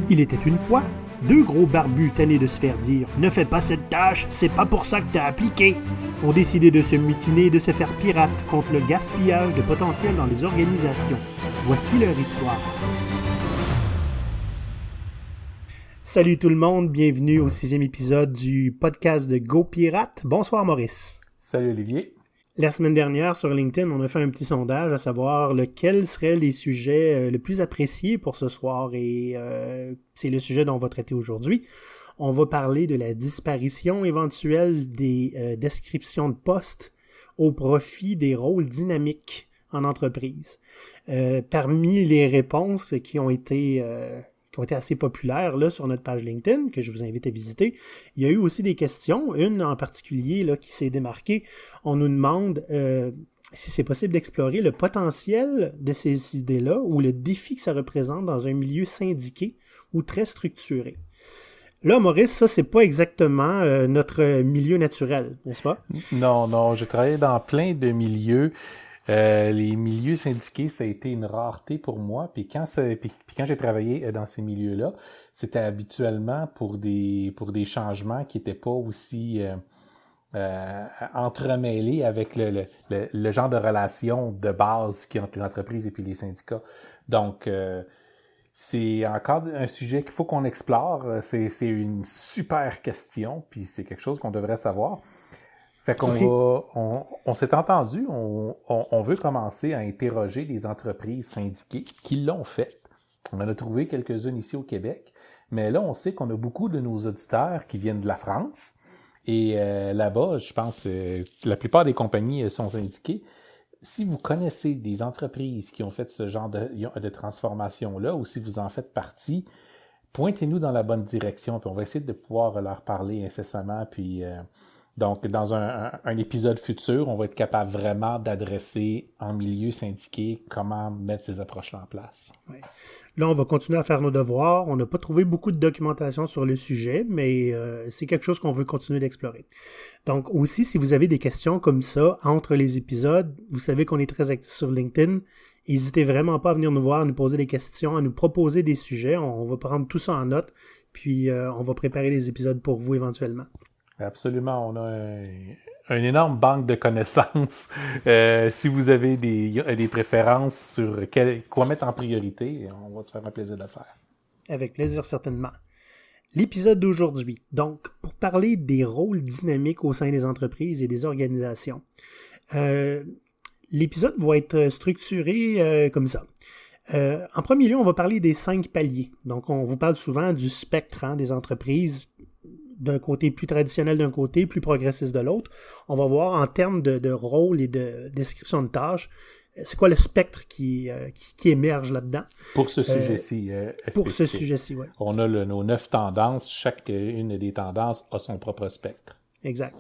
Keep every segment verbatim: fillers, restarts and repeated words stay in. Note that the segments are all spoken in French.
Il était une fois deux gros barbus tannés de se faire dire « Ne fais pas cette tâche, c'est pas pour ça que t'as appliqué » ont décidé de se mutiner et de se faire pirates contre le gaspillage de potentiel dans les organisations. Voici leur histoire. Salut tout le monde, bienvenue au sixième épisode du podcast de Go Pirate. Bonsoir Maurice. Salut Olivier. La semaine dernière, sur LinkedIn, on a fait un petit sondage à savoir lequel seraient les sujets euh, le plus appréciés pour ce soir et euh, c'est le sujet dont on va traiter aujourd'hui. On va parler de la disparition éventuelle des euh, descriptions de postes au profit des rôles dynamiques en entreprise. Euh, parmi les réponses qui ont été... Euh, qui ont été assez populaires là, sur notre page LinkedIn, que je vous invite à visiter. Il y a eu aussi des questions, une en particulier là, qui s'est démarquée. On nous demande euh, si c'est possible d'explorer le potentiel de ces idées-là ou le défi que ça représente dans un milieu syndiqué ou très structuré. Là, Maurice, ça, c'est pas exactement euh, notre milieu naturel, n'est-ce pas? Non, non, j'ai travaillé dans plein de milieux. Euh, les milieux syndiqués, ça a été une rareté pour moi. Puis quand, ça, puis, puis quand j'ai travaillé dans ces milieux-là, c'était habituellement pour des pour des changements qui n'étaient pas aussi euh, euh, entremêlés avec le, le, le, le genre de relation de base qui entre les entreprises et puis les syndicats. Donc, euh, c'est encore un sujet qu'il faut qu'on explore. C'est, c'est une super question, puis c'est quelque chose qu'on devrait savoir. Fait qu'on Oui. va, on, on s'est entendu, on, on, on veut commencer à interroger les entreprises syndiquées qui l'ont fait. On en a trouvé quelques-unes ici au Québec, mais là, on sait qu'on a beaucoup de nos auditeurs qui viennent de la France. Et euh, là-bas, je pense euh, la plupart des compagnies euh, sont syndiquées. Si vous connaissez des entreprises qui ont fait ce genre de, de transformation-là, ou si vous en faites partie, pointez-nous dans la bonne direction, puis on va essayer de pouvoir leur parler incessamment, puis... Euh, Donc, dans un, un, un épisode futur, on va être capable vraiment d'adresser en milieu syndiqué comment mettre ces approches-là en place. Ouais. Là, on va continuer à faire nos devoirs. On n'a pas trouvé beaucoup de documentation sur le sujet, mais euh, c'est quelque chose qu'on veut continuer d'explorer. Donc, aussi, si vous avez des questions comme ça entre les épisodes, vous savez qu'on est très actifs sur LinkedIn. N'hésitez vraiment pas à venir nous voir, à nous poser des questions, à nous proposer des sujets. On, on va prendre tout ça en note, puis euh, on va préparer des épisodes pour vous éventuellement. Absolument, on a un, une énorme banque de connaissances. Euh, si vous avez des, des préférences sur quel, quoi mettre en priorité, on va se faire un plaisir de le faire. Avec plaisir, certainement. L'épisode d'aujourd'hui, donc, pour parler des rôles dynamiques au sein des entreprises et des organisations. Euh, l'épisode va être structuré euh, comme ça. Euh, en premier lieu, on va parler des cinq paliers. Donc, on vous parle souvent du spectre hein, des entreprises, d'un côté plus traditionnel d'un côté, plus progressiste de l'autre. On va voir en termes de, de rôle et de description de tâches, c'est quoi le spectre qui, euh, qui, qui émerge là-dedans. Pour ce sujet-ci. Euh, pour ce sujet-ci, oui. On a le, nos neuf tendances. Chaque une des tendances a son propre spectre. Exact.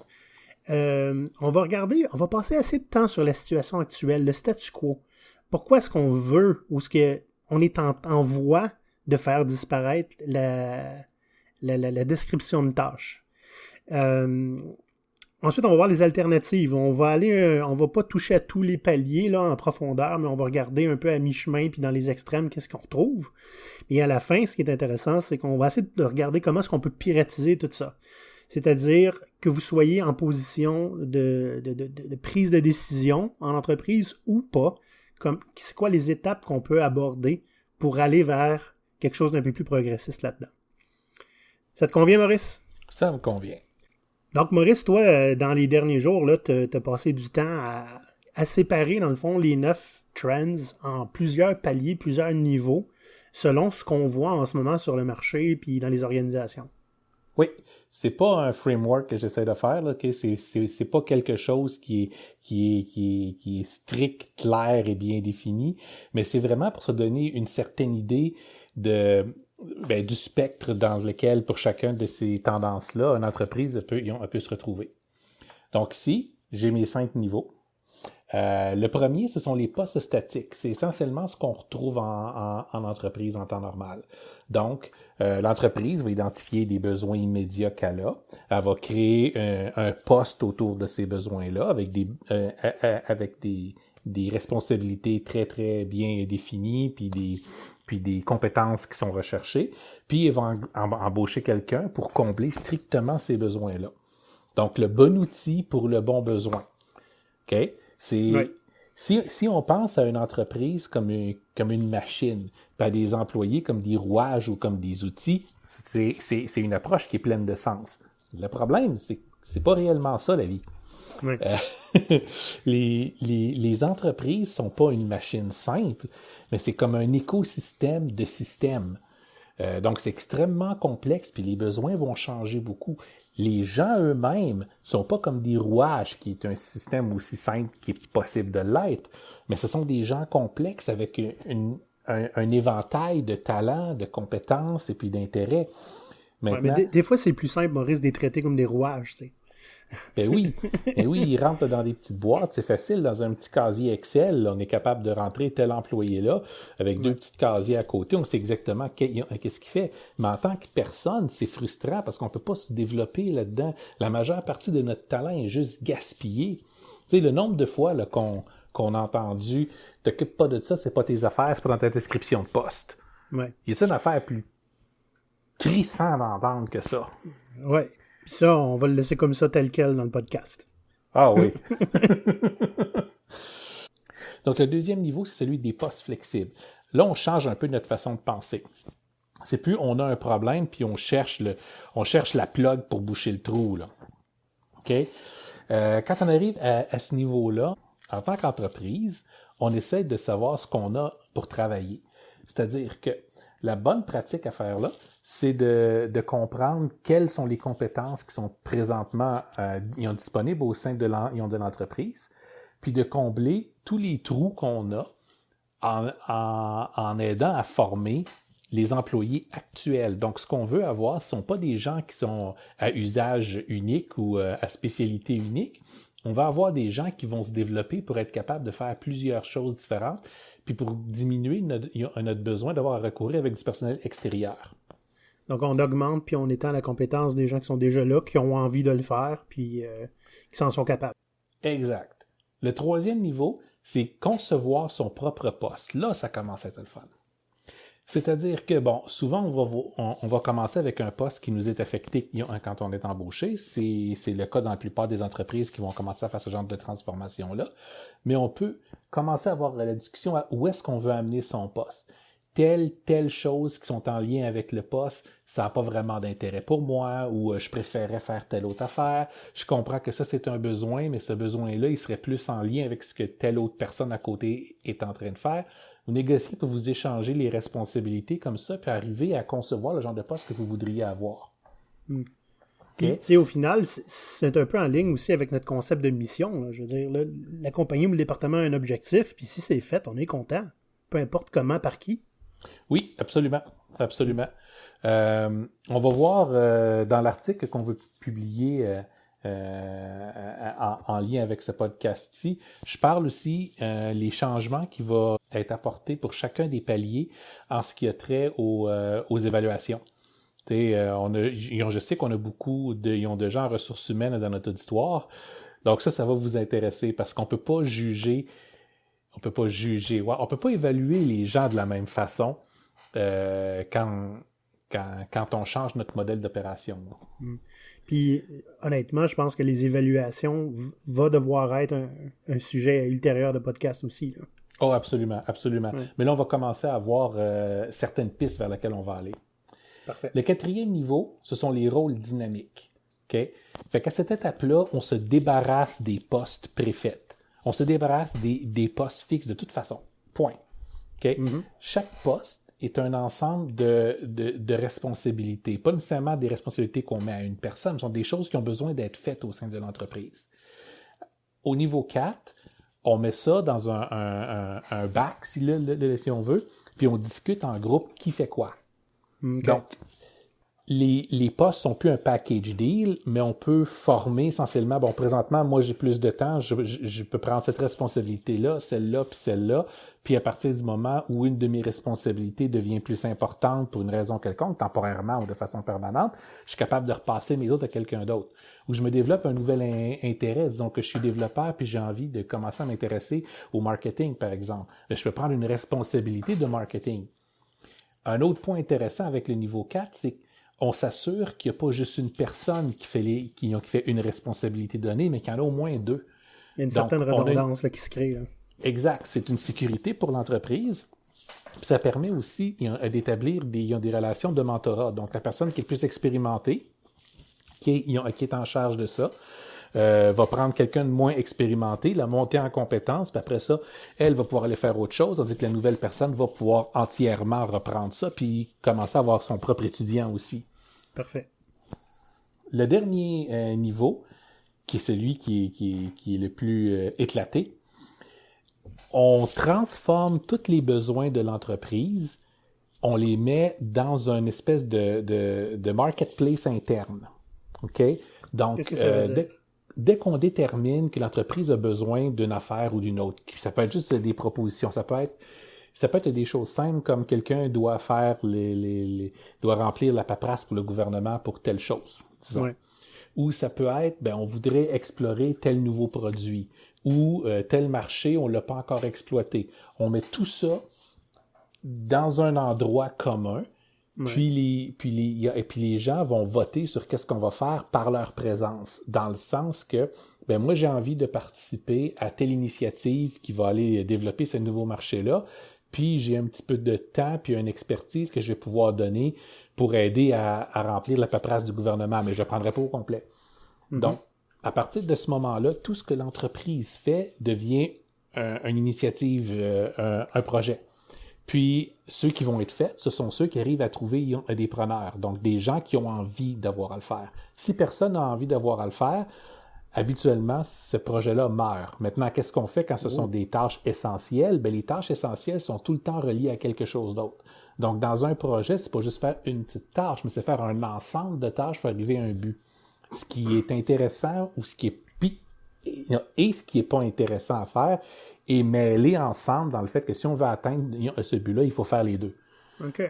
Euh, on va regarder, on va passer assez de temps sur la situation actuelle, le statu quo. Pourquoi est-ce qu'on veut, ou est-ce qu'on est en, en voie de faire disparaître la... La, la, la description de tâches. Euh, ensuite, on va voir les alternatives. On va aller, euh, on va pas toucher à tous les paliers là en profondeur, mais on va regarder un peu à mi-chemin puis dans les extrêmes qu'est-ce qu'on retrouve. Et à la fin, ce qui est intéressant, c'est qu'on va essayer de regarder comment est-ce qu'on peut piratiser tout ça. C'est-à-dire que vous soyez en position de, de, de, de prise de décision en entreprise ou pas. Comme, c'est quoi les étapes qu'on peut aborder pour aller vers quelque chose d'un peu plus progressiste là-dedans. Ça te convient, Maurice? Ça me convient. Donc, Maurice, toi, dans les derniers jours, tu as passé du temps à, à séparer, dans le fond, les neuf trends en plusieurs paliers, plusieurs niveaux, selon ce qu'on voit en ce moment sur le marché puis dans les organisations. Oui, c'est pas un framework que j'essaie de faire, là, okay? c'est, c'est, c'est pas quelque chose qui est, qui est, qui est, qui est strict, clair et bien défini, mais c'est vraiment pour se donner une certaine idée de... Ben, du spectre dans lequel, pour chacun de ces tendances-là, une entreprise peut, elle peut se retrouver. Donc ici, j'ai mes cinq niveaux. Euh, le premier, ce sont les postes statiques. C'est essentiellement ce qu'on retrouve en, en, en entreprise en temps normal. Donc, euh, l'entreprise va identifier des besoins immédiats qu'elle a. Elle va créer un, un poste autour de ces besoins-là avec des, euh, avec des, des responsabilités très, très bien définies, puis des puis des compétences qui sont recherchées, puis ils vont em- embaucher quelqu'un pour combler strictement ces besoins-là. Donc, le bon outil pour le bon besoin. OK? C'est... Oui. Si, si on pense à une entreprise comme une, comme une machine, puis à des employés comme des rouages ou comme des outils, c'est, c'est, c'est une approche qui est pleine de sens. Le problème, c'est que c'est pas réellement ça, la vie. Oui. Euh, les, les, les entreprises sont pas une machine simple, mais c'est comme un écosystème de systèmes. Euh, donc, c'est extrêmement complexe, puis les besoins vont changer beaucoup. Les gens eux-mêmes sont pas comme des rouages, qui est un système aussi simple qui est possible de l'être, mais ce sont des gens complexes avec une, un, un éventail de talents, de compétences et puis d'intérêts. Ouais, mais des, des fois, c'est plus simple, Maurice, de les traiter comme des rouages, tu sais. Ben oui, ben oui, ils rentrent dans des petites boîtes, c'est facile, dans un petit casier Excel, là, on est capable de rentrer tel employé-là, avec ouais. deux petits casiers à côté, on sait exactement qu'est-ce qu'il fait. Mais en tant que personne, c'est frustrant parce qu'on ne peut pas se développer là-dedans. La majeure partie de notre talent est juste gaspillé. Tu sais, le nombre de fois là, qu'on, qu'on a entendu « T'occupe pas de ça, c'est pas tes affaires, c'est pas dans ta description de poste. Ouais. » Y a-t-il une affaire plus crissante d'entendre que ça? Ouais. Puis ça, on va le laisser comme ça tel quel dans le podcast. Ah oui. Donc, le deuxième niveau, c'est celui des postes flexibles. Là, on change un peu notre façon de penser. C'est plus on a un problème, puis on cherche le, on cherche la plug pour boucher le trou, là. OK? Euh, quand on arrive à, à ce niveau-là, en tant qu'entreprise, on essaie de savoir ce qu'on a pour travailler. C'est-à-dire que la bonne pratique à faire là, c'est de, de comprendre quelles sont les compétences qui sont présentement euh, disponibles au sein de, de l'entreprise, puis de combler tous les trous qu'on a en, en, en aidant à former les employés actuels. Donc, ce qu'on veut avoir, ce ne sont pas des gens qui sont à usage unique ou euh, à spécialité unique. On va avoir des gens qui vont se développer pour être capables de faire plusieurs choses différentes, puis pour diminuer notre, notre besoin d'avoir à recourir avec du personnel extérieur. Donc, on augmente, puis on étend la compétence des gens qui sont déjà là, qui ont envie de le faire, puis euh, qui s'en sont capables. Exact. Le troisième niveau, c'est concevoir son propre poste. Là, ça commence à être le fun. C'est-à-dire que, bon, souvent, on va, on, on va commencer avec un poste qui nous est affecté quand on est embauché. C'est, c'est le cas dans la plupart des entreprises qui vont commencer à faire ce genre de transformation-là. Mais on peut commencer à avoir la discussion à où est-ce qu'on veut amener son poste. Telle, telle chose qui sont en lien avec le poste, ça n'a pas vraiment d'intérêt pour moi, ou euh, je préférerais faire telle autre affaire. Je comprends que ça, c'est un besoin, mais ce besoin-là, il serait plus en lien avec ce que telle autre personne à côté est en train de faire. Vous négociez pour vous échanger les responsabilités comme ça, puis arriver à concevoir le genre de poste que vous voudriez avoir. Mm. Puis, tu sais, au final, c'est un peu en ligne aussi avec notre concept de mission. Là. Je veux dire, là, la compagnie ou le département a un objectif, puis si c'est fait, on est content. Peu importe comment, par qui. Oui, absolument. Absolument. Euh, on va voir euh, dans l'article qu'on veut publier euh, euh, en, en lien avec ce podcast-ci, je parle aussi euh, les changements qui vont être apportés pour chacun des paliers en ce qui a trait aux, euh, aux évaluations. Euh, on a, je sais qu'on a beaucoup de, ils ont de gens en ressources humaines dans notre auditoire. Donc ça, ça va vous intéresser parce qu'on peut pas juger On peut pas juger, ouais, on peut pas évaluer les gens de la même façon euh, quand, quand, quand on change notre modèle d'opération. Mm. Puis, honnêtement, je pense que les évaluations v- vont devoir être un, un sujet ultérieur de podcast aussi. Là. Oh, absolument, absolument. Mm. Mais là, on va commencer à avoir euh, certaines pistes vers lesquelles on va aller. Parfait. Le quatrième niveau, ce sont les rôles dynamiques. Okay? Fait qu'à cette étape-là, on se débarrasse des postes préfaits. On se débarrasse des, des postes fixes de toute façon. Point. Okay? Mm-hmm. Chaque poste est un ensemble de, de, de responsabilités. Pas nécessairement des responsabilités qu'on met à une personne, ce sont des choses qui ont besoin d'être faites au sein de l'entreprise. Au niveau quatre, on met ça dans un, un, un, un bac, si, le, le, si on veut, puis on discute en groupe qui fait quoi. Okay. Donc, Les, les postes sont plus un package deal, mais on peut former essentiellement, bon, présentement, moi, j'ai plus de temps, je, je, je peux prendre cette responsabilité-là, celle-là, puis celle-là, puis à partir du moment où une de mes responsabilités devient plus importante pour une raison quelconque, temporairement ou de façon permanente, je suis capable de repasser mes autres à quelqu'un d'autre. Ou je me développe un nouvel in- intérêt, disons que je suis développeur, puis j'ai envie de commencer à m'intéresser au marketing, par exemple. Là, je peux prendre une responsabilité de marketing. Un autre point intéressant avec le niveau quatre, c'est qu'on s'assure qu'il n'y a pas juste une personne qui fait, les, qui, qui fait une responsabilité donnée, mais qu'il y en a au moins deux. Il y a une Donc, certaine redondance une... là, qui se crée. Là. Exact. C'est une sécurité pour l'entreprise. Puis ça permet aussi d'établir des, des relations de mentorat. Donc, la personne qui est le plus expérimentée, qui est, qui est en charge de ça, euh, va prendre quelqu'un de moins expérimenté, la monter en compétence, puis après ça, elle va pouvoir aller faire autre chose, tandis que la nouvelle personne va pouvoir entièrement reprendre ça, puis commencer à avoir son propre étudiant aussi. Parfait. Le dernier euh, niveau, qui est celui qui est, qui est, qui est le plus euh, éclaté, on transforme tous les besoins de l'entreprise, on les met dans une espèce de, de, de marketplace interne. OK? Donc, qu'est-ce que ça veut euh, dire? dès, dès qu'on détermine que l'entreprise a besoin d'une affaire ou d'une autre, ça peut être juste des propositions, ça peut être, ça peut être des choses simples comme quelqu'un doit faire les, les, les doit remplir la paperasse pour le gouvernement pour telle chose, disons. Ouais. Ou ça peut être, ben, on voudrait explorer tel nouveau produit ou euh, tel marché, on ne l'a pas encore exploité. On met tout ça dans un endroit commun, ouais. puis, les, puis, les, et puis les gens vont voter sur qu'est-ce qu'on va faire par leur présence, dans le sens que ben moi, j'ai envie de participer à telle initiative qui va aller développer ce nouveau marché-là, puis j'ai un petit peu de temps puis une expertise que je vais pouvoir donner pour aider à, à remplir la paperasse du gouvernement, mais je ne prendrai pas au complet. Mm-hmm. Donc, à partir de ce moment-là, tout ce que l'entreprise fait devient un, une initiative, euh, un, un projet. Puis, ceux qui vont être faits, ce sont ceux qui arrivent à trouver des preneurs, donc des gens qui ont envie d'avoir à le faire. Si personne n'a envie d'avoir à le faire, habituellement, ce projet-là meurt. Maintenant, qu'est-ce qu'on fait quand ce sont des tâches essentielles? Bien, les tâches essentielles sont tout le temps reliées à quelque chose d'autre. Donc, dans un projet, c'est pas juste faire une petite tâche, mais c'est faire un ensemble de tâches pour arriver à un but. Ce qui est intéressant ou ce qui est pi- et ce qui n'est pas intéressant à faire est mêlé ensemble dans le fait que si on veut atteindre ce but-là, il faut faire les deux. OK.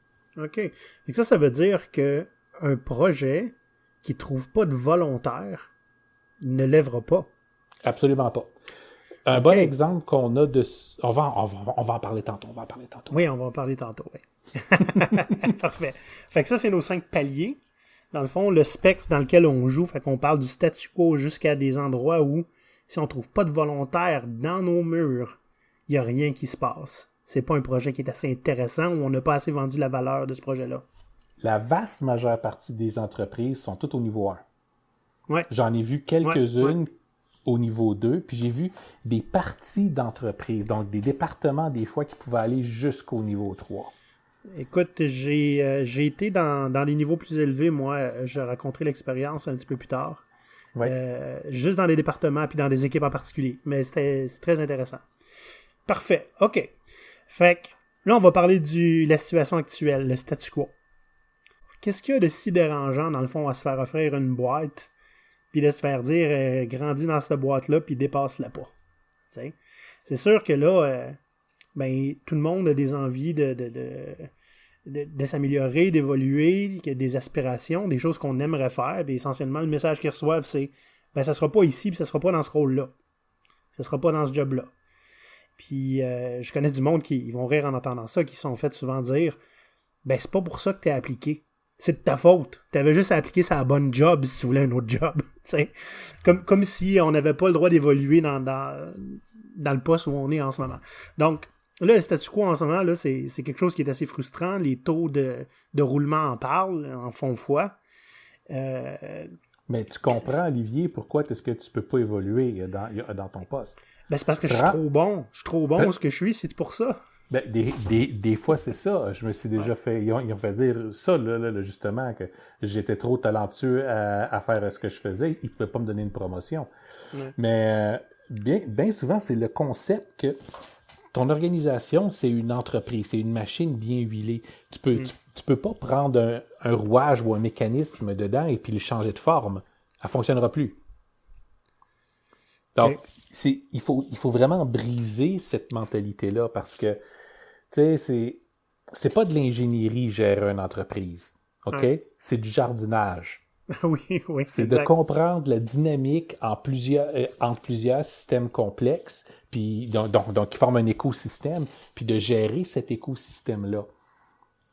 OK. Et ça, ça veut dire qu'un projet qui ne trouve pas de volontaire ne lèvera pas. Absolument pas. Un okay. bon exemple qu'on a de... On va, on, va, on va en parler tantôt. On va en parler tantôt. Oui, on va en parler tantôt. Oui. Parfait. Fait que ça, c'est nos cinq paliers. Dans le fond, le spectre dans lequel on joue, fait qu'on parle du statu quo jusqu'à des endroits où, si on trouve pas de volontaires dans nos murs, il n'y a rien qui se passe. C'est pas un projet qui est assez intéressant ou on n'a pas assez vendu la valeur de ce projet-là. La vaste majeure partie des entreprises sont toutes au niveau un. Ouais. J'en ai vu quelques-unes ouais, ouais. au niveau deux, puis j'ai vu des parties d'entreprises, donc des départements des fois qui pouvaient aller jusqu'au niveau trois. Écoute, j'ai, euh, j'ai été dans, dans les niveaux plus élevés, moi, je raconterai l'expérience un petit peu plus tard. Ouais. Euh, juste dans les départements puis dans des équipes en particulier. Mais c'était, c'est très intéressant. Parfait. OK. Fait que là, on va parler de la situation actuelle, le statu quo. Qu'est-ce qu'il y a de si dérangeant, dans le fond, à se faire offrir une boîte puis de se faire dire euh, grandis dans cette boîte-là puis dépasse-la pas. T'sais? C'est sûr que là, euh, ben, tout le monde a des envies de, de, de, de, de s'améliorer, d'évoluer, des aspirations, des choses qu'on aimerait faire. Puis essentiellement, le message qu'ils reçoivent, c'est ben, ça sera pas ici, puis ça sera pas dans ce rôle-là. Ça sera pas dans ce job-là. Puis euh, je connais du monde qui ils vont rire en entendant ça, qui se sont fait souvent dire ben, c'est pas pour ça que t'es appliqué. C'est de ta faute. T'avais juste à appliquer sa bonne job si tu voulais un autre job. comme, comme si on n'avait pas le droit d'évoluer dans, dans, dans le poste où on est en ce moment. Donc, là, le statu quo en ce moment, là, c'est, c'est quelque chose qui est assez frustrant. Les taux de, de roulement en parlent, en font foi. Euh, Mais tu comprends, Olivier, pourquoi est-ce que tu peux pas évoluer dans, dans ton poste? Ben, c'est parce que je suis trop bon. Je suis trop bon où ce que je suis, c'est pour ça. Ben, des, des, des fois, c'est ça. Je me suis déjà ouais. fait... Ils ont, ils ont fait dire ça, là, là, justement, que j'étais trop talentueux à, à faire ce que je faisais. Ils ne pouvaient pas me donner une promotion. Ouais. Mais euh, bien, bien souvent, c'est le concept que ton organisation, c'est une entreprise, c'est une machine bien huilée. Tu peux, mm. tu, tu peux pas prendre un, un rouage ou un mécanisme dedans et puis le changer de forme. Ça ne fonctionnera plus. Donc, okay. c'est, il, faut, il faut vraiment briser cette mentalité-là parce que, tu sais, c'est, c'est pas de l'ingénierie gérer une entreprise, OK? Ouais. C'est du jardinage. oui, oui. C'est exact. De comprendre la dynamique en plusieurs, euh, entre plusieurs systèmes complexes, puis donc, donc, donc qui forment un écosystème, puis de gérer cet écosystème-là.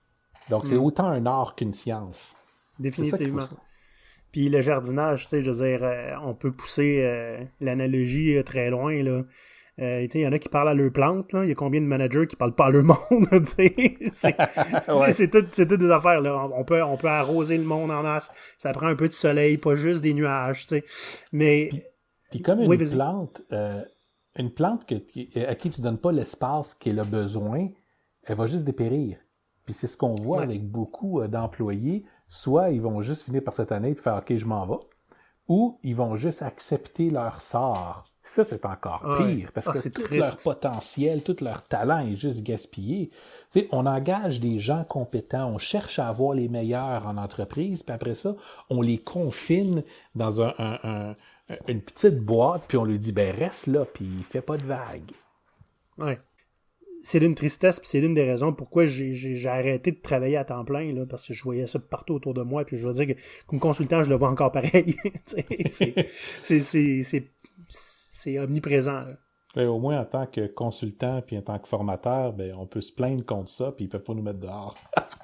Donc, c'est mm. autant un art qu'une science. Définitivement. Puis le jardinage, tu sais, je veux dire, euh, on peut pousser euh, l'analogie euh, très loin, là. Euh, il y en a qui parlent à leurs plantes, là. Il y a combien de managers qui parlent pas à leur monde, tu sais. C'est, ouais. c'est, tout, c'est toutes des affaires, là. On peut, on peut arroser le monde en masse. Ça prend un peu de soleil, pas juste des nuages, tu sais. Mais... Puis, puis comme une oui, vas-y. plante, euh, une plante que, à qui tu donnes pas l'espace qu'elle a besoin, elle va juste dépérir. Puis c'est ce qu'on voit ouais. avec beaucoup euh, d'employés. Soit ils vont juste finir par se tanner et faire « OK, je m'en vais », ou ils vont juste accepter leur sort. Ça, c'est encore ouais. pire, parce ah, que c'est tout triste. leur potentiel, tout leur talent est juste gaspillé. Tu sais, on engage des gens compétents, on cherche à avoir les meilleurs en entreprise, puis après ça, on les confine dans un, un, un, une petite boîte, puis on lui dit « Ben reste là, puis fais pas de vagues. » Ouais. C'est d'une tristesse, puis c'est l'une des raisons pourquoi j'ai, j'ai, j'ai arrêté de travailler à temps plein, là, parce que je voyais ça partout autour de moi, puis je veux dire que comme consultant, je le vois encore pareil. c'est, c'est, c'est, c'est, c'est omniprésent. Là. Et au moins, en tant que consultant puis en tant que formateur, ben, on peut se plaindre contre ça, puis ils peuvent pas nous mettre dehors.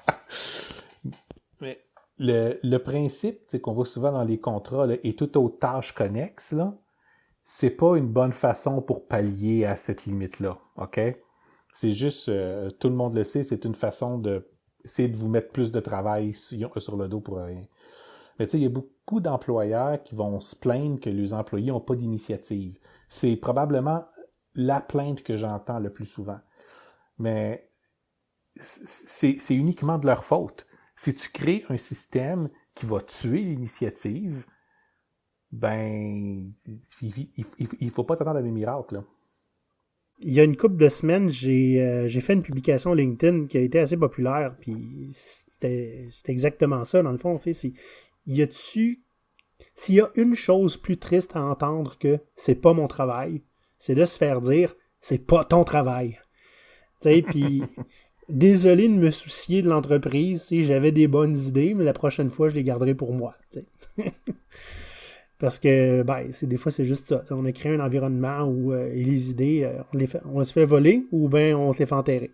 Mais le, le principe qu'on voit souvent dans les contrats là, et toute autre tâche connexe, là, c'est pas une bonne façon pour pallier à cette limite-là. OK? C'est juste, euh, tout le monde le sait, c'est une façon de essayer de vous mettre plus de travail sur le dos pour rien. Mais tu sais, il y a beaucoup d'employeurs qui vont se plaindre que les employés n'ont pas d'initiative. C'est probablement la plainte que j'entends le plus souvent. Mais c'est, c'est uniquement de leur faute. Si tu crées un système qui va tuer l'initiative, ben, il ne faut pas t'attendre à des miracles, là. Il y a une couple de semaines, j'ai, euh, j'ai fait une publication LinkedIn qui a été assez populaire, puis c'était, c'était exactement ça, dans le fond, tu sais, c'est, y a-tu, s'il y a une chose plus triste à entendre que c'est pas mon travail, c'est de se faire dire, c'est pas ton travail, tu sais, puis désolé de me soucier de l'entreprise, tu sais, j'avais des bonnes idées, mais la prochaine fois, je les garderai pour moi, tu sais. Parce que, ben, c'est, des fois, c'est juste ça. T'sais, on a créé un environnement où euh, les idées, euh, on, les fait, on se fait voler ou bien on se les fait enterrer.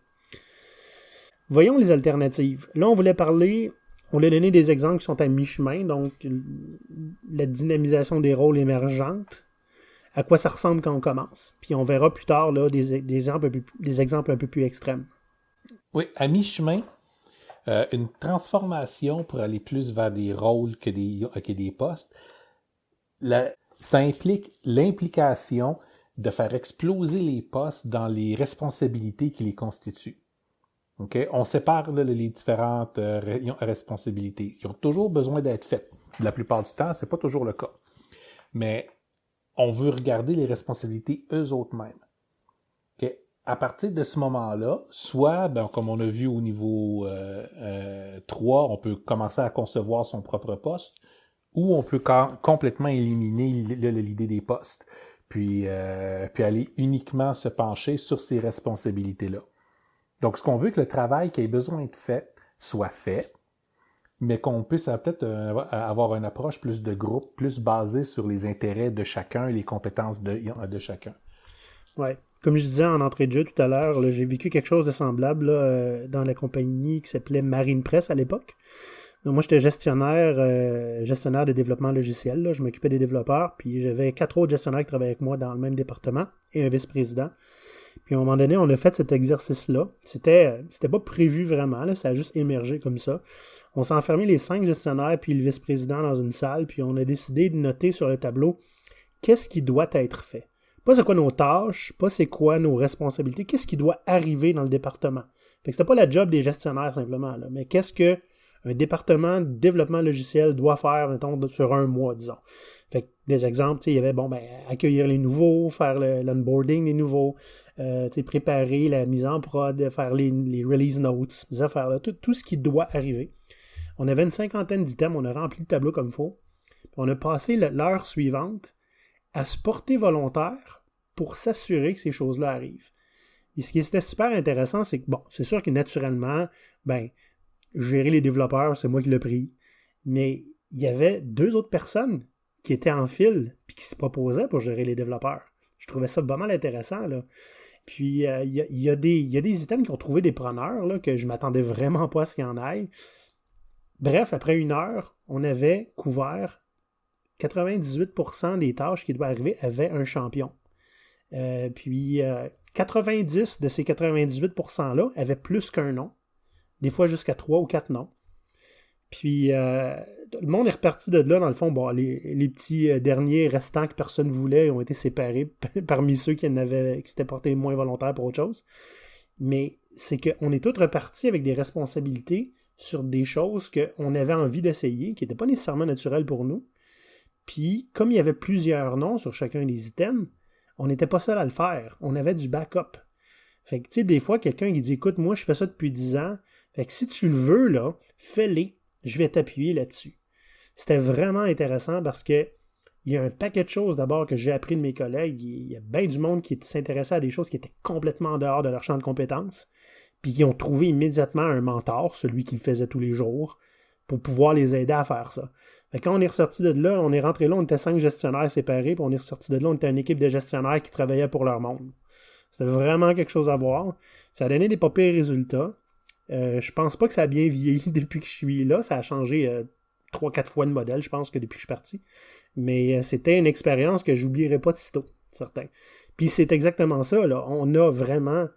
Voyons les alternatives. Là, on voulait parler, on a donné des exemples qui sont à mi-chemin, donc la dynamisation des rôles émergentes, à quoi ça ressemble quand on commence. Puis on verra plus tard là, des, des, exemples, un peu, des exemples un peu plus extrêmes. Oui, à mi-chemin, euh, une transformation pour aller plus vers des rôles que des, que des postes. La, ça implique l'implication de faire exploser les postes dans les responsabilités qui les constituent. Okay? On sépare là, les différentes euh, responsabilités. Ils ont toujours besoin d'être faites. La plupart du temps, c'est pas toujours le cas. Mais on veut regarder les responsabilités eux autres mêmes. Okay? À partir de ce moment-là, soit, ben, comme on a vu au niveau euh, euh, trois, on peut commencer à concevoir son propre poste, ou on peut complètement éliminer l'idée des postes, puis, euh, puis aller uniquement se pencher sur ces responsabilités-là. Donc, ce qu'on veut que le travail qui ait besoin d'être fait soit fait, mais qu'on puisse peut-être euh, avoir une approche plus de groupe, plus basée sur les intérêts de chacun et les compétences de, de chacun. Oui. Comme je disais en entrée de jeu tout à l'heure, là, j'ai vécu quelque chose de semblable là, euh, dans la compagnie qui s'appelait Marine Presse à l'époque. Donc, moi, j'étais gestionnaire euh, gestionnaire de développement logiciel. Là. Je m'occupais des développeurs, puis j'avais quatre autres gestionnaires qui travaillaient avec moi dans le même département et un vice-président. Puis à un moment donné, on a fait cet exercice-là. C'était, c'était pas prévu vraiment, là, ça a juste émergé comme ça. On s'est enfermé les cinq gestionnaires puis le vice-président dans une salle, puis on a décidé de noter sur le tableau qu'est-ce qui doit être fait. Pas c'est quoi nos tâches, pas c'est quoi nos responsabilités, qu'est-ce qui doit arriver dans le département. Fait que c'était pas la job des gestionnaires simplement, là, mais qu'est-ce que un département de développement logiciel doit faire, mettons, sur un mois, disons. Fait que des exemples, il y avait, bon, ben, accueillir les nouveaux, faire le, l'onboarding des nouveaux, euh, préparer la mise en prod, faire les, les release notes, ces affaires-là, tout, tout ce qui doit arriver. On avait une cinquantaine d'items, on a rempli le tableau comme il faut. On a passé l'heure suivante à se porter volontaire pour s'assurer que ces choses-là arrivent. Et ce qui était super intéressant, c'est que, bon, c'est sûr que naturellement, ben, gérer les développeurs, c'est moi qui l'ai pris. Mais il y avait deux autres personnes qui étaient en file puis qui se proposaient pour gérer les développeurs. Je trouvais ça pas mal intéressant, là. Puis, il euh, y, y, y a des items qui ont trouvé des preneurs, là, que je m'attendais vraiment pas à ce qu'il y en aille. Bref, après une heure, on avait couvert quatre-vingt-dix-huit pour cent des tâches qui doivent arriver avaient un champion. Euh, puis, euh, quatre-vingt-dix de ces quatre-vingt-dix-huit pour cent-là avaient plus qu'un nom. Des fois jusqu'à trois ou quatre noms. Puis, euh, le monde est reparti de là, dans le fond. Bon, les, les petits euh, derniers restants que personne ne voulait ont été séparés parmi ceux qui, en avaient, qui s'étaient portés moins volontaires pour autre chose. Mais c'est qu'on est tous repartis avec des responsabilités sur des choses qu'on avait envie d'essayer, qui n'étaient pas nécessairement naturelles pour nous. Puis, comme il y avait plusieurs noms sur chacun des items, on n'était pas seul à le faire. On avait du backup. Fait que, tu sais, des fois, quelqu'un qui dit « Écoute, moi, je fais ça depuis dix ans. Fait que si tu le veux, là, fais-les. Je vais t'appuyer là-dessus. » C'était vraiment intéressant parce que il y a un paquet de choses d'abord que j'ai appris de mes collègues. Il y a bien du monde qui s'intéressait à des choses qui étaient complètement en dehors de leur champ de compétences. Puis qui ont trouvé immédiatement un mentor, celui qui le faisait tous les jours, pour pouvoir les aider à faire ça. Fait que quand on est ressorti de là, on est rentré là, on était cinq gestionnaires séparés, puis on est ressorti de là, on était une équipe de gestionnaires qui travaillaient pour leur monde. C'était vraiment quelque chose à voir. Ça a donné des pas pires résultats. Euh, je pense pas que ça a bien vieilli depuis que je suis là. Ça a changé euh, trois quatre fois de modèle, je pense, que depuis que je suis parti. Mais euh, c'était une expérience que j'oublierai pas de sitôt, certain. Puis c'est exactement ça, là. On a vraiment...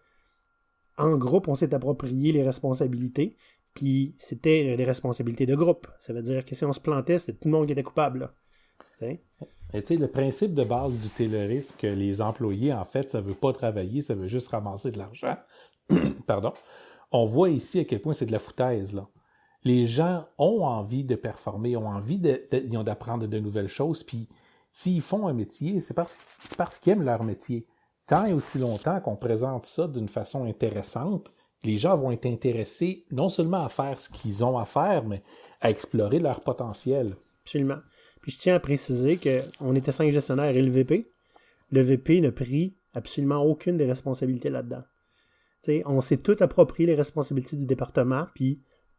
En groupe, on s'est approprié les responsabilités, puis c'était des responsabilités de groupe. Ça veut dire que si on se plantait, c'était tout le monde qui était coupable. Là. Et tu sais, le principe de base du taylorisme, que les employés, en fait, ça veut pas travailler, ça veut juste ramasser de l'argent, pardon, on voit ici à quel point c'est de la foutaise, là. Les gens ont envie de performer, ont envie de, de, d'apprendre de nouvelles choses, puis s'ils font un métier, c'est parce, c'est parce qu'ils aiment leur métier. Tant et aussi longtemps qu'on présente ça d'une façon intéressante, les gens vont être intéressés non seulement à faire ce qu'ils ont à faire, mais à explorer leur potentiel. Absolument. Puis je tiens à préciser qu'on était cinq gestionnaires et le V P. Le V P n'a pris absolument aucune des responsabilités là-dedans. T'sais, on s'est tous approprié les responsabilités du département, puis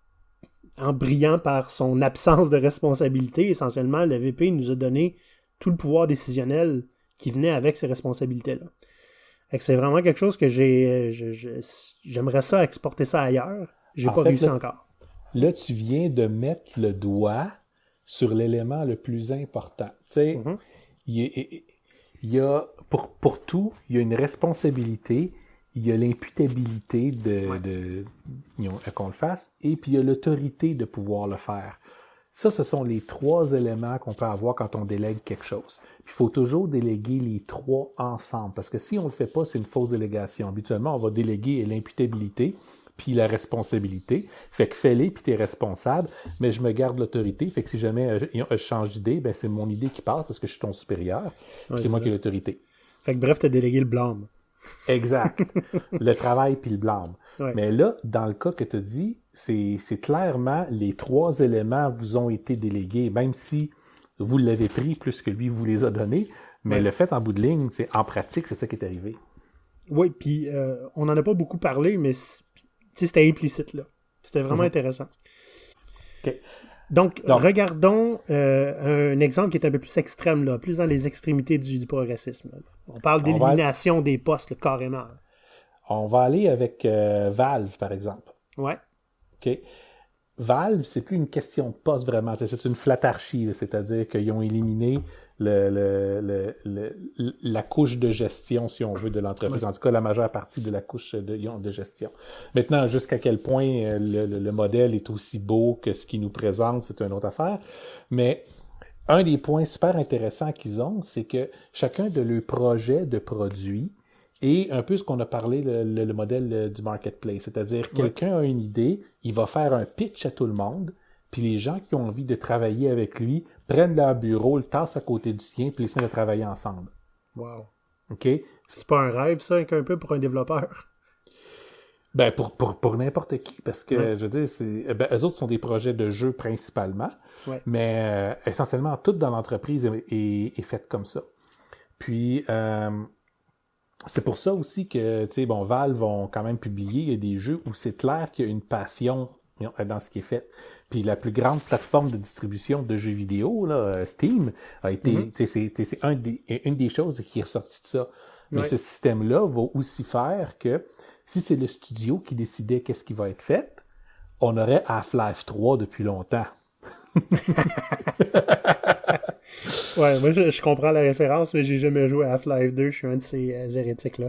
en brillant par son absence de responsabilité, essentiellement, le V P nous a donné tout le pouvoir décisionnel qui venait avec ces responsabilités-là. Fait que c'est vraiment quelque chose que j'ai, je, je, j'aimerais ça exporter ça ailleurs. J'ai en pas fait, réussi là, encore. Là, tu viens de mettre le doigt sur l'élément le plus important. Tu sais, mm-hmm. il y a, il y a pour, pour tout, il y a une responsabilité, il y a l'imputabilité de, ouais. de, de qu'on le fasse, et puis il y a l'autorité de pouvoir le faire. Ça, ce sont les trois éléments qu'on peut avoir quand on délègue quelque chose. Il faut toujours déléguer les trois ensemble, parce que si on ne le fait pas, c'est une fausse délégation. Habituellement, on va déléguer l'imputabilité, puis la responsabilité. Fait que fais-les, puis tu es responsable, mais je me garde l'autorité. Fait que si jamais je, je change d'idée, ben c'est mon idée qui part, parce que je suis ton supérieur, ouais, c'est, c'est moi ça. Qui ai l'autorité. Fait que bref, tu as délégué le blâme. Exact. Le travail puis le blâme. Ouais. Mais là, dans le cas que tu as dit, c'est, c'est clairement les trois éléments vous ont été délégués, même si vous l'avez pris plus que lui vous les a donnés. Mais ouais. Le fait en bout de ligne, c'est en pratique, c'est ça qui est arrivé. Oui, puis euh, on n'en a pas beaucoup parlé, mais c'était implicite là. C'était vraiment mm-hmm. intéressant. OK. Donc, Donc regardons euh, un exemple qui est un peu plus extrême, là, plus dans les extrémités du, du progressisme. Là. On parle d'élimination on va... des postes, là, carrément. On va aller avec euh, Valve, par exemple. Ouais. OK. Valve, c'est plus une question de poste, vraiment. C'est une flatarchie, là, c'est-à-dire qu'ils ont éliminé le, le, le, le, la couche de gestion, si on veut, de l'entreprise. Ouais. En tout cas, la majeure partie de la couche de, de gestion. Maintenant, jusqu'à quel point le, le, le modèle est aussi beau que ce qu'ils nous présentent, c'est une autre affaire. Mais un des points super intéressants qu'ils ont, c'est que chacun de leurs projets de produits est un peu ce qu'on a parlé, le, le, le modèle du marketplace. C'est-à-dire, ouais. Quelqu'un a une idée, il va faire un pitch à tout le monde, puis les gens qui ont envie de travailler avec lui prennent leur bureau, le tassent à côté du sien, puis ils se mettent à travailler ensemble. Wow. OK? C'est pas un rêve, ça, un peu pour un développeur? Ben, pour, pour, pour n'importe qui, parce que, ouais. je veux dire, c'est, ben, eux autres sont des projets de jeu principalement, ouais. mais euh, essentiellement, tout dans l'entreprise est, est, est fait comme ça. Puis, euh, c'est pour ça aussi que, tu sais, bon, Valve vont quand même publier des jeux où c'est clair qu'il y a une passion dans ce qui est fait. Puis la plus grande plateforme de distribution de jeux vidéo, là, Steam, a été, mm-hmm. c'est, c'est un des, une des choses qui est ressortie de ça. Mais Ouais. ce système-là va aussi faire que si c'est le studio qui décidait qu'est-ce qui va être fait, on aurait Half-Life trois depuis longtemps. Ouais, moi je, je comprends la référence, mais j'ai jamais joué à Half-Life deux, je suis un de ces euh, hérétiques-là.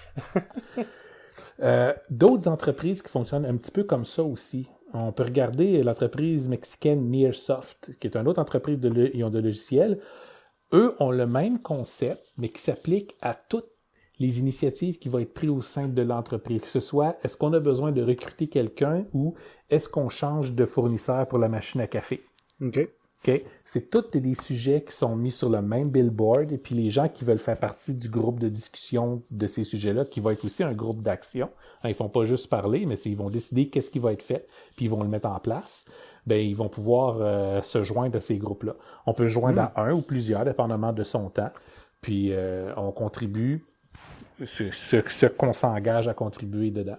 Euh, d'autres entreprises qui fonctionnent un petit peu comme ça aussi. On peut regarder l'entreprise mexicaine Nearsoft, qui est une autre entreprise de, lo- ils ont de logiciels. Eux ont le même concept, mais qui s'applique à toutes les initiatives qui vont être prises au sein de l'entreprise. Que ce soit, est-ce qu'on a besoin de recruter quelqu'un ou est-ce qu'on change de fournisseur pour la machine à café? OK. OK? C'est tous des sujets qui sont mis sur le même billboard et puis les gens qui veulent faire partie du groupe de discussion de ces sujets-là, qui va être aussi un groupe d'action. Hein, ils font pas juste parler, mais c'est, ils vont décider qu'est-ce qui va être fait, puis ils vont le mettre en place. Ben, ils vont pouvoir euh, se joindre à ces groupes-là. On peut se joindre Mm. à un ou plusieurs, dépendamment de son temps. Puis euh, on contribue ce, ce, ce qu'on s'engage à contribuer dedans.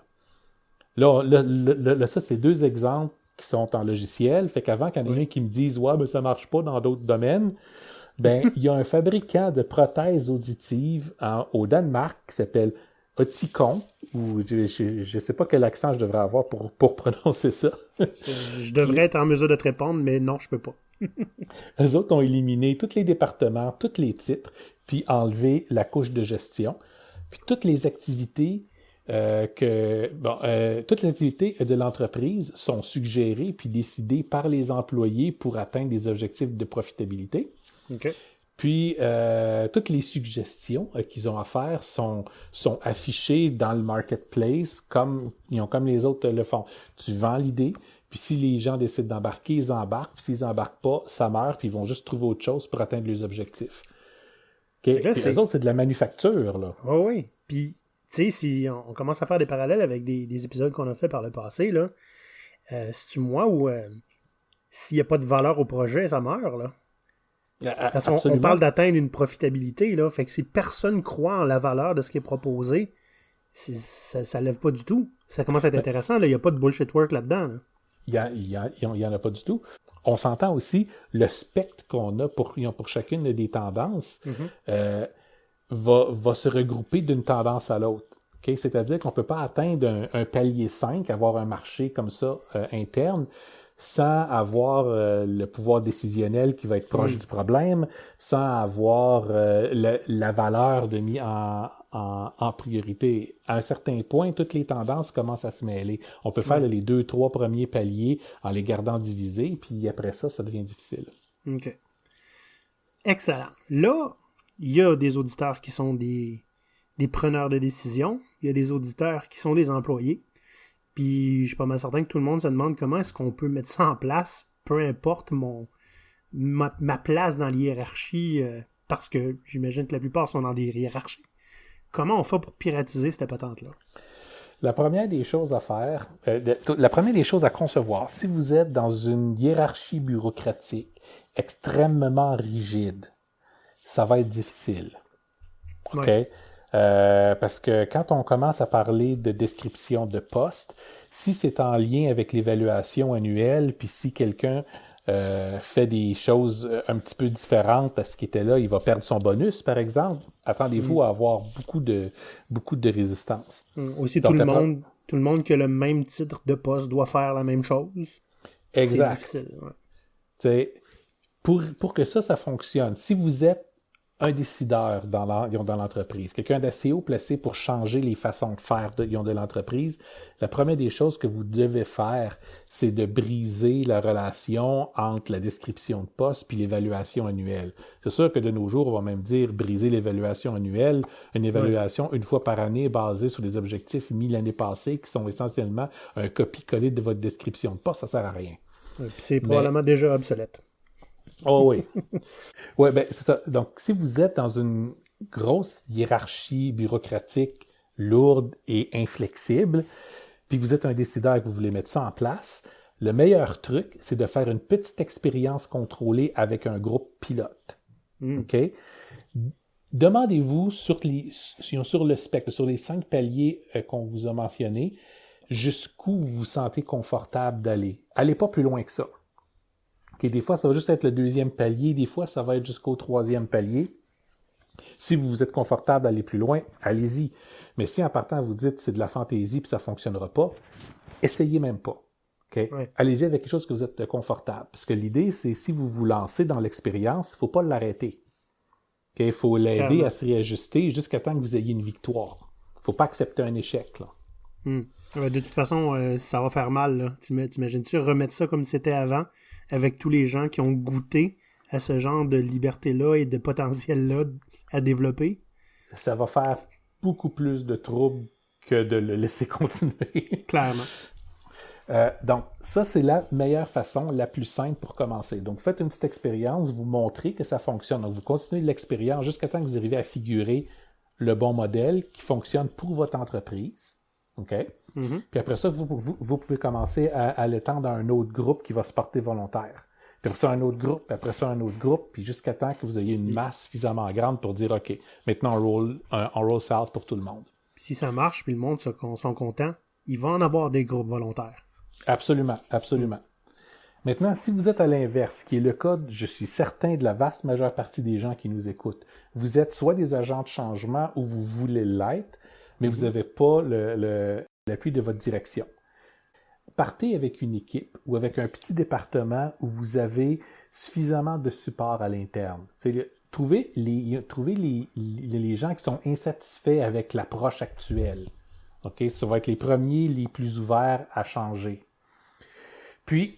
Là, là, là, là, ça, c'est deux exemples qui sont en logiciel. Fait qu'avant qu'il y en ait Oui. un qui me dise « Ouais, mais ça marche pas dans d'autres domaines », ben, il y a un fabricant de prothèses auditives en- au Danemark qui s'appelle Oticon, ou je ne sais pas quel accent je devrais avoir pour, pour prononcer ça. Je devrais être en mesure de te répondre, mais non, je peux pas. Eux autres ont éliminé tous les départements, tous les titres, puis enlevé la couche de gestion. Puis toutes les activités euh, que bon, euh, toutes les activités de l'entreprise sont suggérées puis décidées par les employés pour atteindre des objectifs de profitabilité. OK. Puis euh, toutes les suggestions euh, qu'ils ont à faire sont, sont affichées dans le marketplace comme ils ont comme les autres le font. Tu vends l'idée, puis si les gens décident d'embarquer, ils embarquent, puis s'ils embarquent pas, ça meurt, puis ils vont juste trouver autre chose pour atteindre leurs objectifs. Okay? Là, Puis c'est- eux autres, c'est de la manufacture, là. Oh oui. Puis, tu sais, si on, on commence à faire des parallèles avec des, des épisodes qu'on a fait par le passé, là, euh, c'est-tu moi ou euh, s'il n'y a pas de valeur au projet, ça meurt, là? Parce qu'on on Absolument. parle d'atteindre une profitabilité, là. Fait que si personne croit en la valeur de ce qui est proposé, c'est- ça, ça lève pas du tout. Ça commence à être intéressant, là. Il n'y a pas de bullshit work là-dedans, là. Il n'y en a pas du tout. On s'entend aussi, le spectre qu'on a pour, pour chacune des tendances Mhm. euh, va, va se regrouper d'une tendance à l'autre. Okay? C'est-à-dire qu'on ne peut pas atteindre un, un palier cinq, avoir un marché comme ça euh, interne, sans avoir euh, le pouvoir décisionnel qui va être proche Mm. du problème, sans avoir euh, le- la valeur de mis en, en, en priorité. À un certain point, toutes les tendances commencent à se mêler. On peut faire Ouais. là, les deux, trois premiers paliers en les gardant divisés, puis après ça, ça devient difficile. OK. Excellent. Là, il y a des auditeurs qui sont des, des preneurs de décision. Il y a des auditeurs qui sont des employés. Puis, je suis pas mal certain que tout le monde se demande comment est-ce qu'on peut mettre ça en place, peu importe mon ma, ma place dans l'hiérarchie, euh, parce que j'imagine que la plupart sont dans des hiérarchies. Comment on fait pour piratiser cette patente-là? La première des choses à faire, euh, de- la première des choses à concevoir, si vous êtes dans une hiérarchie bureaucratique extrêmement rigide, ça va être difficile. OK? Ouais. Euh, parce que quand on commence à parler de description de poste, si c'est en lien avec l'évaluation annuelle, puis si quelqu'un euh, fait des choses un petit peu différentes à ce qui était là, il va perdre son bonus, par exemple. Attendez-vous Mm. à avoir beaucoup de, beaucoup de résistance. Hum, Aussi, Donc, tout le, la pro- monde, tout le monde qui a le même titre de poste doit faire la même chose. Exact. C'est difficile. Ouais. T'sais, pour, pour que ça, ça fonctionne, si vous êtes un décideur dans l'en- dans l'entreprise, quelqu'un d'assez haut placé pour changer les façons de faire de, de l'entreprise, la première des choses que vous devez faire, c'est de briser la relation entre la description de poste puis l'évaluation annuelle. C'est sûr que de nos jours, on va même dire briser l'évaluation annuelle, une évaluation une fois par année basée sur les objectifs mis l'année passée qui sont essentiellement un copie-coller de votre description de poste, ça sert à rien. Ouais, puis c'est probablement déjà obsolète. Oh oui. Oui, ben c'est ça. Donc, si vous êtes dans une grosse hiérarchie bureaucratique lourde et inflexible, puis que vous êtes un décideur et que vous voulez mettre ça en place, le meilleur truc, c'est de faire une petite expérience contrôlée avec un groupe pilote. Mm. OK? Demandez-vous sur, les, sur le spectre, sur les cinq paliers euh, qu'on vous a mentionnés, jusqu'où vous vous sentez confortable d'aller. Allez pas plus loin que ça. Okay, des fois, ça va juste être le deuxième palier. Des fois, ça va être jusqu'au troisième palier. Si vous êtes confortable d'aller plus loin, allez-y. Mais si en partant, vous dites c'est de la fantaisie puis ça ne fonctionnera pas, essayez même pas. Okay? Ouais. Allez-y avec quelque chose que vous êtes confortable. Parce que l'idée, c'est si vous vous lancez dans l'expérience, il ne faut pas l'arrêter. Okay? Il faut l'aider Clairement. à se réajuster jusqu'à temps que vous ayez une victoire. Il ne faut pas accepter un échec. Là. Hmm. De toute façon, euh, ça va faire mal. Là. T'imagines-tu remettre ça comme c'était avant, avec tous les gens qui ont goûté à ce genre de liberté-là et de potentiel-là à développer? Ça va faire beaucoup plus de troubles que de le laisser continuer. Clairement. Euh, donc, ça, c'est la meilleure façon, la plus simple pour commencer. Donc, vous faites une petite expérience, vous montrez que ça fonctionne. Donc, vous continuez l'expérience jusqu'à temps que vous arrivez à figurer le bon modèle qui fonctionne pour votre entreprise. OK? Mm-hmm. Puis après ça, vous, vous, vous pouvez commencer à, à l'étendre à un autre groupe qui va se porter volontaire. Puis après ça, un autre groupe, puis après ça, un autre groupe, puis jusqu'à temps que vous ayez une masse suffisamment grande pour dire, OK, maintenant, on roll, on roll ça out pour tout le monde. Si ça marche, puis le monde sont contents, il va en avoir des groupes volontaires. Absolument, absolument. Mm. Maintenant, si vous êtes à l'inverse, qui est le cas, je suis certain, de la vaste majeure partie des gens qui nous écoutent, vous êtes soit des agents de changement ou vous voulez l'être, mais mm-hmm. vous n'avez pas le, le, l'appui de votre direction. Partez avec une équipe ou avec un petit département où vous avez suffisamment de support à l'interne. C'est, trouvez les, trouvez les, les, les gens qui sont insatisfaits avec l'approche actuelle. Okay? Ça va être les premiers, les plus ouverts à changer. Puis,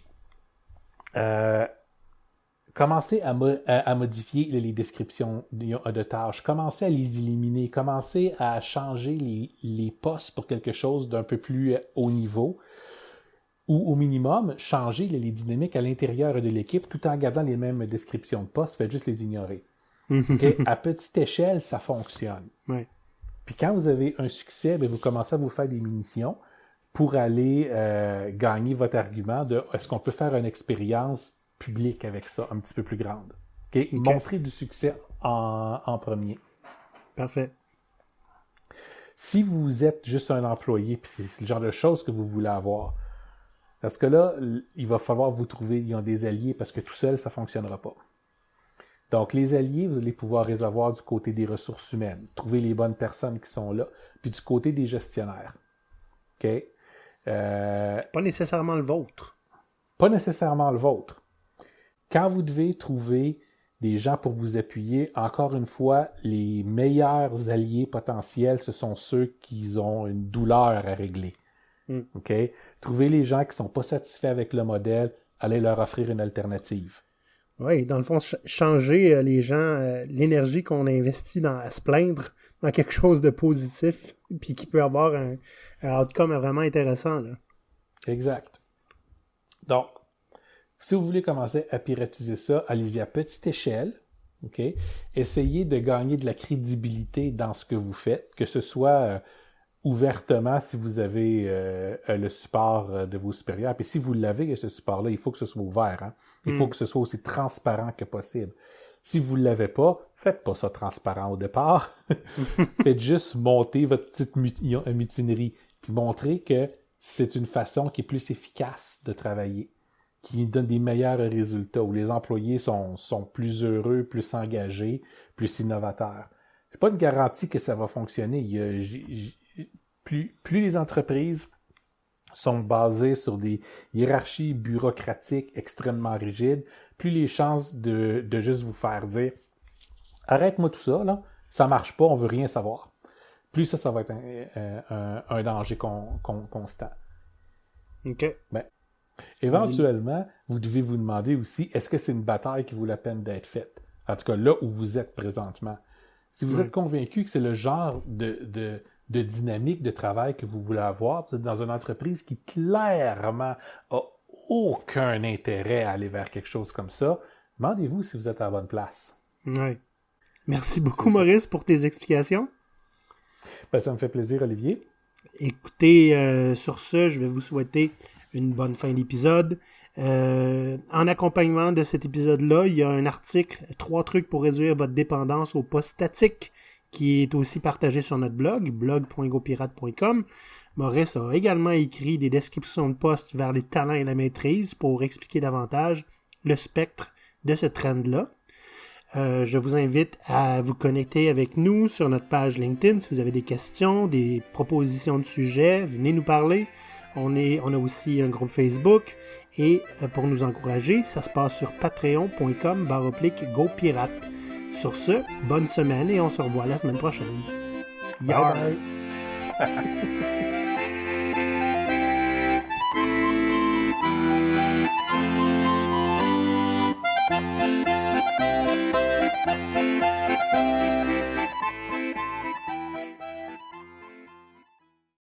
euh, commencez à, mo- à, à modifier les descriptions de, de tâches. Commencez à les éliminer. Commencez à changer les, les postes pour quelque chose d'un peu plus haut niveau. Ou au minimum, changer les, les dynamiques à l'intérieur de l'équipe tout en gardant les mêmes descriptions de postes. Faites juste les ignorer. Okay? À petite échelle, ça fonctionne. Ouais. Puis quand vous avez un succès, bien, vous commencez à vous faire des munitions pour aller euh, gagner votre argument de est-ce qu'on peut faire une expérience publique avec ça, un petit peu plus grande. Okay? Okay. Montrer du succès en, en premier. Parfait. Si vous êtes juste un employé, puis c'est le genre de choses que vous voulez avoir, parce que là, il va falloir vous trouver ils ont des alliés parce que tout seul, ça ne fonctionnera pas. Donc, les alliés, vous allez pouvoir les avoir du côté des ressources humaines, trouver les bonnes personnes qui sont là, puis du côté des gestionnaires. OK? Euh, pas nécessairement le vôtre. Pas nécessairement le vôtre. Quand vous devez trouver des gens pour vous appuyer, encore une fois, les meilleurs alliés potentiels, ce sont ceux qui ont une douleur à régler. Mm. OK? Trouvez les gens qui ne sont pas satisfaits avec le modèle, allez leur offrir une alternative. Oui, dans le fond, ch- changer euh, les gens, euh, l'énergie qu'on investit dans, à se plaindre dans quelque chose de positif, puis qui peut avoir un, un outcome vraiment intéressant. Là. Exact. Donc, si vous voulez commencer à piratiser ça, allez-y à petite échelle. OK? Essayez de gagner de la crédibilité dans ce que vous faites, que ce soit euh, ouvertement si vous avez euh, le support de vos supérieurs. Puis si vous l'avez, ce support-là, il faut que ce soit ouvert. Hein? Il mm. faut que ce soit aussi transparent que possible. Si vous ne l'avez pas, faites pas ça transparent au départ. Faites juste monter votre petite mut- mutinerie. Puis montrer que c'est une façon qui est plus efficace de travailler, qui donne des meilleurs résultats, où les employés sont, sont plus heureux, plus engagés, plus innovateurs. C'est pas une garantie que ça va fonctionner. Il y a, j, j, Plus, plus les entreprises sont basées sur des hiérarchies bureaucratiques extrêmement rigides, plus les chances de, de juste vous faire dire « Arrête-moi tout ça, là, ça marche pas, on veut rien savoir », plus ça, ça va être un, un, un danger con, con, constant. OK. Ben, éventuellement, vous devez vous demander aussi, est-ce que c'est une bataille qui vaut la peine d'être faite? En tout cas, là où vous êtes présentement. Si vous oui. êtes convaincu que c'est le genre de... de de dynamique de travail que vous voulez avoir. Vous êtes dans une entreprise qui clairement a aucun intérêt à aller vers quelque chose comme ça. Demandez-vous si vous êtes à la bonne place. Oui. Merci beaucoup, Maurice, pour tes explications. Ben, ça me fait plaisir, Olivier. Écoutez, euh, sur ce, je vais vous souhaiter une bonne fin d'épisode. Euh, en accompagnement de cet épisode-là, il y a un article « Trois trucs pour réduire votre dépendance aux postes statiques » qui est aussi partagé sur notre blog, blog point gopirate point com. Maurice a également écrit des descriptions de postes vers les talents et la maîtrise pour expliquer davantage le spectre de ce trend-là. Euh, je vous invite à vous connecter avec nous sur notre page LinkedIn si vous avez des questions, des propositions de sujets, venez nous parler. On, est, on a aussi un groupe Facebook et pour nous encourager, ça se passe sur patreon.com barre oblique GoPirate. Sur ce, bonne semaine et on se revoit la semaine prochaine. Bye bye.